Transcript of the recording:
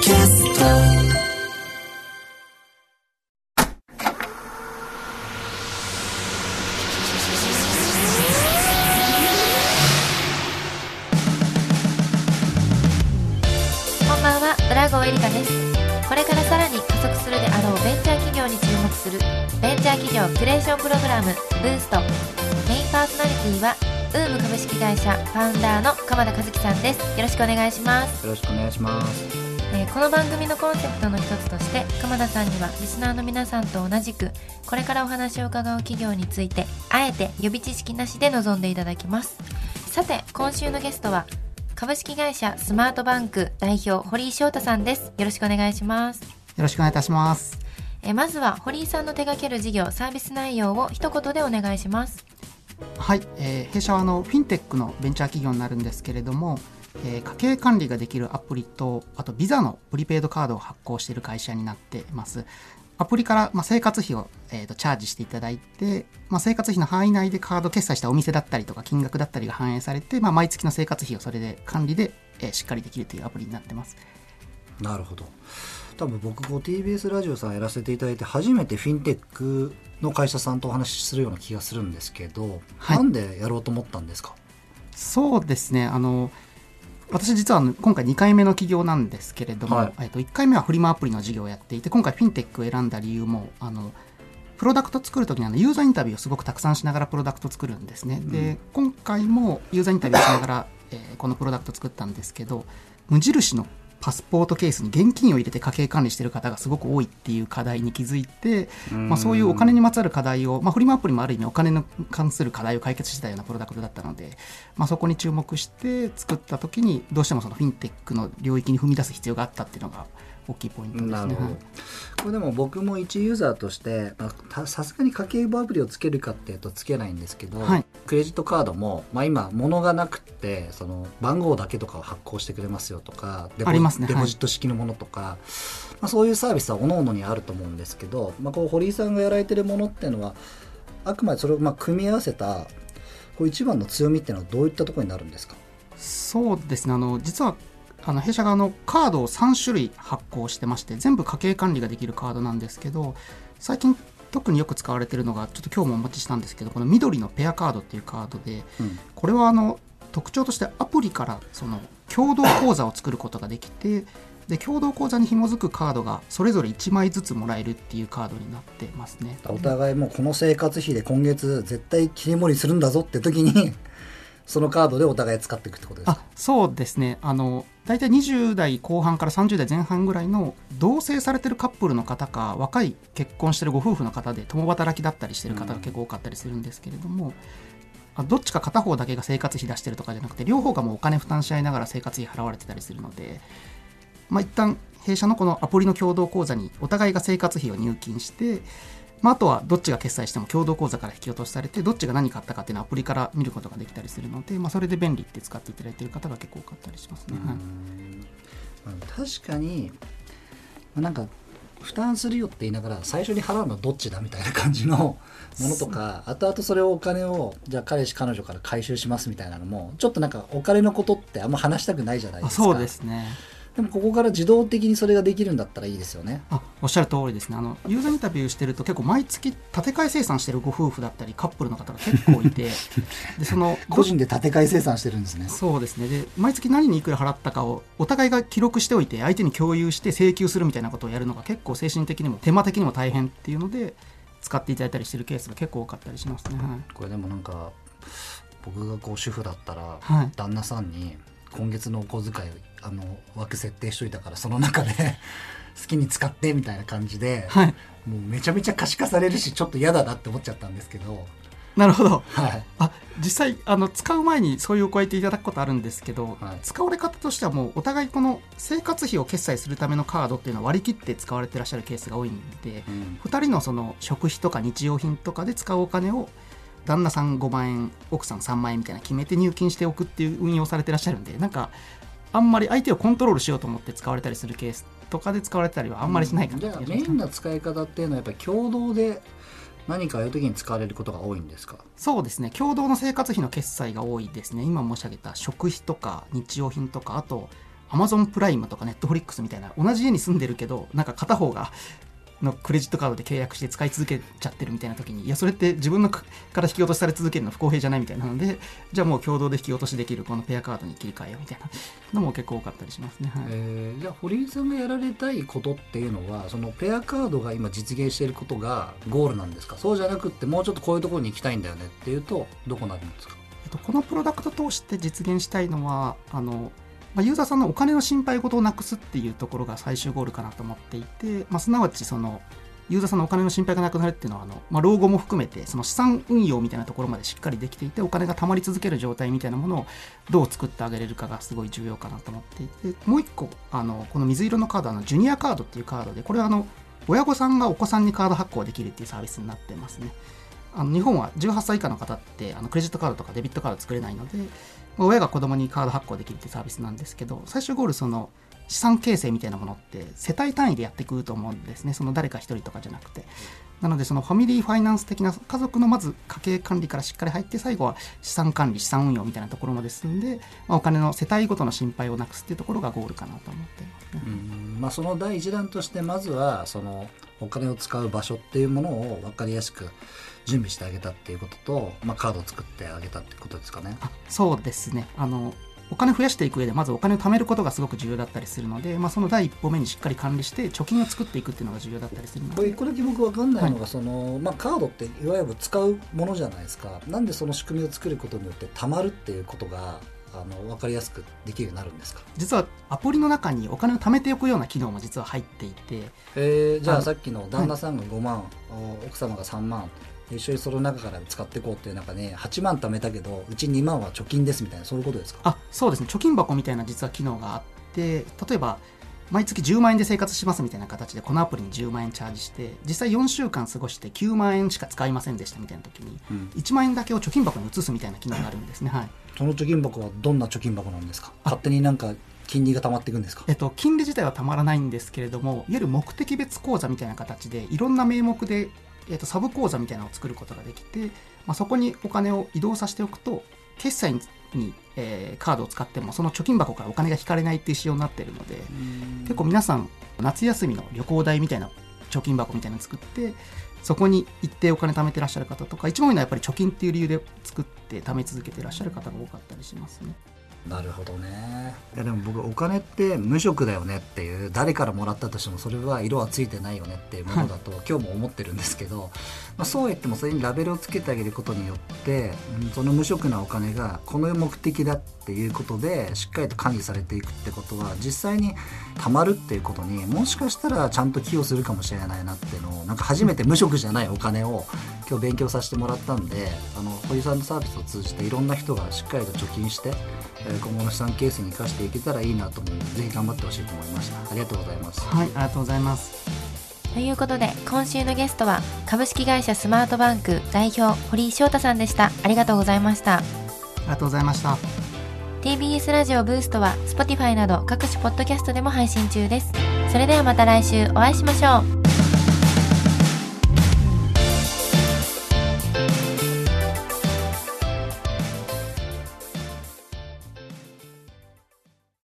キャスト浦郷エリカです。これからさらに加速するであろうベンチャー企業に注目するベンチャー企業キュレーションプログラムブースト。メインパーソナリティはウーム株式会社ファウンダーの鎌田和樹さんです。よろしくお願いします。 よろしくお願いします。 この番組のコンセプトの一つとして鎌田さんにはリスナーの皆さんと同じくこれからお話を伺う企業についてあえて予備知識なしで臨んでいただきます。さて今週のゲストは株式会社スマートバンク代表堀井翔太さんです。よろしくお願いします。 よろしくお願いいたします。 まずは堀井さんの手掛ける事業サービス内容を一言でお願いします。 はい、弊社はフィンテックのベンチャー企業になるんですけれども、家計管理ができるアプリとあとビザのプリペイドカードを発行している会社になっています。アプリから、生活費を、チャージしていただいて、生活費の範囲内でカード決済したお店だったりとか金額だったりが反映されて、毎月の生活費をそれで管理で、しっかりできるというアプリになってます。 なるほど。多分僕TBS ラジオさんやらせていただいて初めてフィンテックの会社さんとお話しするような気がするんですけど、 はい、 なんでやろうと思ったんですか？ そうですね、私実は今回2回目の起業なんですけれども、1回目はフリマアプリの事業をやっていて、今回フィンテックを選んだ理由もプロダクト作るときにユーザーインタビューをすごくたくさんしながらプロダクト作るんですね。で今回もユーザーインタビューしながら、このプロダクト作ったんですけど、無印のパスポートケースに現金を入れて家計管理している方がすごく多いっていう課題に気づいて、そういうお金にまつわる課題を、フリマアプリもある意味お金に関する課題を解決したようなプロダクトだったので、そこに注目して作った時にどうしてもそのフィンテックの領域に踏み出す必要があったっていうのが大きいポイントですね。 なるほど。これでも僕も一ユーザーとしてさすがに家計簿アプリをつけるかっていうとつけないんですけど、クレジットカードも、今物がなくてその番号だけとかを発行してくれますよとかありますね、 デポジット式のものとか、そういうサービスは各々にあると思うんですけど、こう堀井さんがやられてるものっていうのはあくまでそれを組み合わせたこう一番の強みっていうのはどういったところになるんですか？ そうですね、実は弊社がカードを3種類発行してまして、全部家計管理ができるカードなんですけど、最近特によく使われているのがちょっと今日もお持ちしたんですけど、この緑のペアカードっていうカードで、これは特徴としてアプリからその共同口座を作ることができて、で共同口座に紐づくカードがそれぞれ1枚ずつもらえるっていうカードになってますね。 お互いもうこの生活費で今月絶対切り盛りするんだぞって時にそのカードでお互い使っていくってことですか？ そうですね、大体20代後半から30代前半ぐらいの同棲されてるカップルの方か若い結婚してるご夫婦の方で共働きだったりしてる方が結構多かったりするんですけれども、どっちか片方だけが生活費出してるとかじゃなくて両方がもうお金負担し合いながら生活費払われてたりするので、一旦弊社のこのアプリの共同口座にお互いが生活費を入金して、あとはどっちが決済しても共同口座から引き落としされて、どっちが何買ったかっていうのはアプリから見ることができたりするので、それで便利って使っていただいている方が結構多かったりしますね。 確かになんか負担するよって言いながら最初に払うのはどっちだみたいな感じのものとか、後々それをお金をじゃあ彼氏彼女から回収しますみたいなのもちょっとなんかお金のことってあんま話したくないじゃないですか。 そうですね。 でもここから自動的にそれができるんだったらいいですよね。 おっしゃる通りですね。ユーザーインタビューしてると結構毎月建て替え生産してるご夫婦だったりカップルの方が結構いてで個人で建て替え生産してるんですね。 そうですね。で毎月何にいくら払ったかをお互いが記録しておいて相手に共有して請求するみたいなことをやるのが結構精神的にも手間的にも大変っていうので使っていただいたりしてるケースが結構多かったりしますね。 これでもなんか僕がこう主婦だったら、旦那さんに今月のお小遣い枠設定しといたからその中で好きに使ってみたいな感じで、もうめちゃめちゃ可視化されるしちょっと嫌だなって思っちゃったんですけど。 なるほど、実際使う前にそういうお声いていただくことあるんですけど、使われ方としてはもうお互いこの生活費を決済するためのカードっていうのは割り切って使われていらっしゃるケースが多いんで、2人のその食費とか日用品とかで使うお金を旦那さん5万円奥さん3万円みたいな決めて入金しておくっていう運用されてらっしゃるんで、なんかあんまり相手をコントロールしようと思って使われたりするケースとかで使われたりはあんまりしないかなと、 じゃあメインな使い方っていうのはやっぱり共同で何かやるときに使われることが多いんですか？ そうですね、共同の生活費の決済が多いですね。今申し上げた食費とか日用品とか、あと Amazon プライムとか Netflix みたいな、同じ家に住んでるけどなんか片方がのクレジットカードで契約して使い続けちゃってるみたいな時に、いやそれって自分のから引き落としされ続けるの不公平じゃないみたいなので、じゃあもう共同で引き落としできるこのペアカードに切り替えようみたいなのも結構多かったりしますね。はい、 じゃあ堀井さんがやられたいことっていうのは、そのペアカードが今実現していることがゴールなんですか？そうじゃなくってもうちょっとこういうところに行きたいんだよねっていうとどこになるんですか？ このプロダクト通して実現したいのはユーザーさんのお金の心配事をなくすっていうところが最終ゴールかなと思っていて、すなわちそのユーザーさんのお金の心配がなくなるっていうのは老後も含めてその資産運用みたいなところまでしっかりできていて、お金が貯まり続ける状態みたいなものをどう作ってあげれるかがすごい重要かなと思っていて、もう一個この水色のカードはジュニアカードっていうカードで、これは親御さんがお子さんにカード発行できるっていうサービスになってますね。日本は18歳以下の方ってクレジットカードとかデビットカード作れないので、親が子供にカード発行できるっていうサービスなんですけど、最終ゴールその資産形成みたいなものって世帯単位でやっていくと思うんですね。その誰か一人とかじゃなくて、なのでそのファミリーファイナンス的な家族のまず家計管理からしっかり入って、最後は資産管理資産運用みたいなところまで進んで、お金の世帯ごとの心配をなくすっていうところがゴールかなと思っていますね。 その第一弾としてまずはそのお金を使う場所っていうものを分かりやすく準備してあげたっていうことと、カードを作ってあげたっていうことですかね。 そうですね。お金を増やしていく上でまずお金を貯めることがすごく重要だったりするので、その第一歩目にしっかり管理して貯金を作っていくっていうのが重要だったりするので、 一個だけ僕分かんないのが、カードっていわゆる使うものじゃないですか。なんでその仕組みを作ることによって貯まるっていうことが分かりやすくできるようになるんですか？ 実はアプリの中にお金を貯めておくような機能も実は入っていて、じゃあさっきの旦那さんが5万、奥様が3万一緒にその中から使っていこうっていう中で8万貯めたけどうち2万は貯金ですみたいな、そういうことですか？ そうですね。貯金箱みたいな実は機能があって、例えば毎月10万円で生活しますみたいな形でこのアプリに10万円チャージして、実際4週間過ごして9万円しか使いませんでしたみたいな時に、1万円だけを貯金箱に移すみたいな機能があるんですね。はい、 その貯金箱はどんな貯金箱なんですか？勝手になんか金利が溜まっていくんですか？ 金利自体はたまらないんですけれども、いわゆる目的別口座みたいな形でいろんな名目でサブ口座みたいなのを作ることができて、そこにお金を移動させておくと、決済に、カードを使ってもその貯金箱からお金が引かれないっていう仕様になっているので、結構皆さん夏休みの旅行代みたいな貯金箱みたいなのを作って、そこに一定お金貯めてらっしゃる方とか、一番多いのはやっぱり貯金っていう理由で作って貯め続けてらっしゃる方が多かったりしますね。 なるほどね。いやでも僕お金って無色だよねっていう、誰からもらったとしてもそれは色はついてないよねっていうものだと今日も思ってるんですけど、そう言ってもそれにラベルをつけてあげることによって、その無色なお金がこの目的だっていうことでしっかりと管理されていくってことは、実際に貯まるっていうことにもしかしたらちゃんと寄与するかもしれないなっていうのを、なんか初めて無色じゃないお金を今日勉強させてもらったんで、堀さんのサービスを通じていろんな人がしっかりと貯金して今後の資産形成に生かしていけたらいいなと思うので、ぜひ頑張ってほしいと思いました。ありがとうございます。 はい、ありがとうございます。 ということで今週のゲストは株式会社スマートバンク代表堀井翔太さんでした。ありがとうございました。 ありがとうございました。 TBS ラジオブーストは Spotify など各種ポッドキャストでも配信中です。それではまた来週お会いしましょう。